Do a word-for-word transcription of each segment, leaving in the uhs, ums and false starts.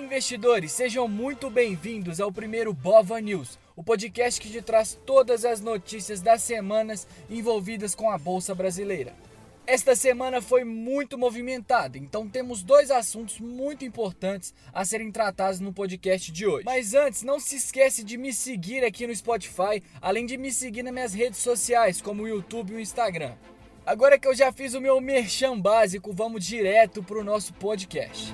investidores, sejam muito bem-vindos ao primeiro Bova News, o podcast que te traz todas as notícias das semanas envolvidas com a Bolsa Brasileira. Esta semana foi muito movimentada, então temos dois assuntos muito importantes a serem tratados no podcast de hoje. Mas antes, não se esquece de me seguir aqui no Spotify, além de me seguir nas minhas redes sociais, como o YouTube e o Instagram. Agora que eu já fiz o meu merchan básico, vamos direto para o nosso podcast.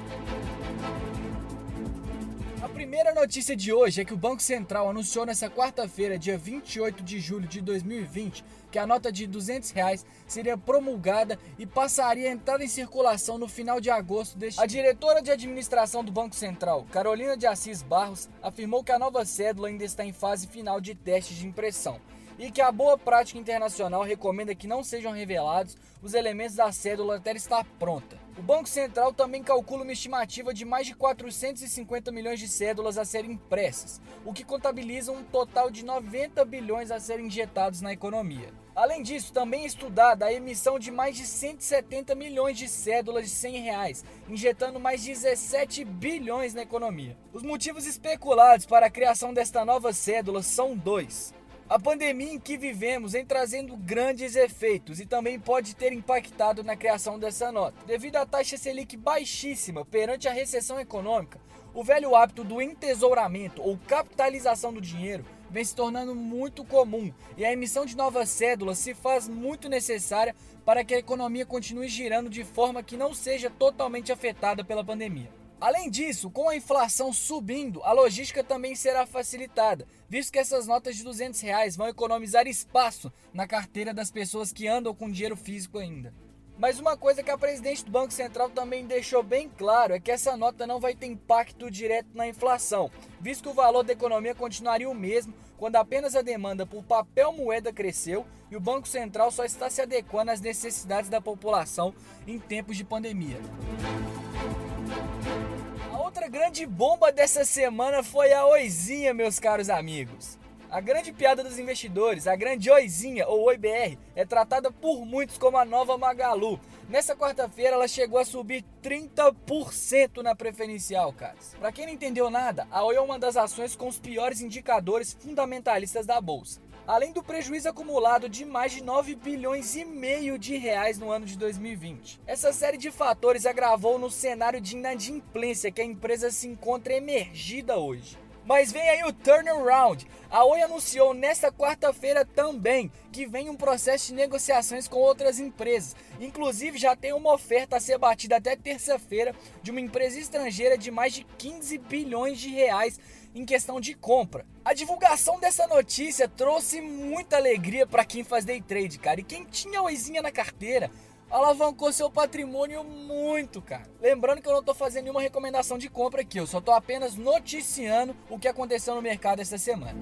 A primeira notícia de hoje é que o Banco Central anunciou nesta quarta-feira, dia vinte e oito de julho de dois mil e vinte, que a nota de duzentos reais seria promulgada e passaria a entrar em circulação no final de agosto deste ano. A diretora de administração do Banco Central, Carolina de Assis Barros, afirmou que a nova cédula ainda está em fase final de testes de impressão e que a boa prática internacional recomenda que não sejam revelados os elementos da cédula até ela estar pronta. O Banco Central também calcula uma estimativa de mais de quatrocentos e cinquenta milhões de cédulas a serem impressas, o que contabiliza um total de noventa bilhões a serem injetados na economia. Além disso, também é estudada a emissão de mais de cento e setenta milhões de cédulas de cem reais, injetando mais dezessete bilhões na economia. Os motivos especulados para a criação desta nova cédula são dois. A pandemia em que vivemos vem trazendo grandes efeitos e também pode ter impactado na criação dessa nota. Devido à taxa Selic baixíssima perante a recessão econômica, o velho hábito do entesouramento ou capitalização do dinheiro vem se tornando muito comum e a emissão de novas cédulas se faz muito necessária para que a economia continue girando de forma que não seja totalmente afetada pela pandemia. Além disso, com a inflação subindo, a logística também será facilitada, visto que essas notas de duzentos reais vão economizar espaço na carteira das pessoas que andam com dinheiro físico ainda. Mas uma coisa que a presidente do Banco Central também deixou bem claro é que essa nota não vai ter impacto direto na inflação, visto que o valor da economia continuaria o mesmo quando apenas a demanda por papel moeda cresceu e o Banco Central só está se adequando às necessidades da população em tempos de pandemia. Outra grande bomba dessa semana foi a Oizinha, meus caros amigos. A grande piada dos investidores, a grande Oizinha, ou Oi B R, é tratada por muitos como a nova Magalu. Nessa quarta-feira ela chegou a subir trinta por cento na preferencial, caras. Pra quem não entendeu nada, a Oi é uma das ações com os piores indicadores fundamentalistas da bolsa. Além do prejuízo acumulado de mais de nove bilhões e meio de reais no ano de dois mil e vinte. Essa série de fatores agravou no cenário de inadimplência que a empresa se encontra emergida hoje. Mas vem aí o turnaround. A Oi anunciou nesta quarta-feira também que vem um processo de negociações com outras empresas. Inclusive já tem uma oferta a ser batida até terça-feira de uma empresa estrangeira de mais de quinze bilhões de reais em questão de compra. A divulgação dessa notícia trouxe muita alegria para quem faz day trade, cara. E quem tinha Oizinha na carteira alavancou seu patrimônio muito, cara. Lembrando que eu não tô fazendo nenhuma recomendação de compra aqui, eu só tô apenas noticiando o que aconteceu no mercado essa semana.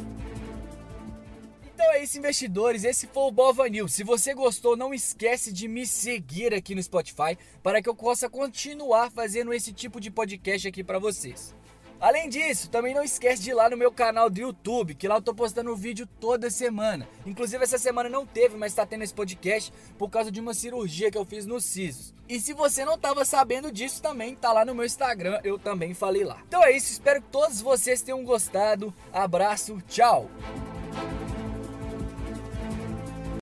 Então é isso, investidores, esse foi o Bova News. Se você gostou, não esquece de me seguir aqui no Spotify para que eu possa continuar fazendo esse tipo de podcast aqui para vocês. Além disso, também não esquece de ir lá no meu canal do YouTube, que lá eu tô postando um vídeo toda semana. Inclusive essa semana não teve, mas tá tendo esse podcast por causa de uma cirurgia que eu fiz nos sisos. E se você não tava sabendo disso também, tá lá no meu Instagram, eu também falei lá. Então é isso, espero que todos vocês tenham gostado. Abraço, tchau!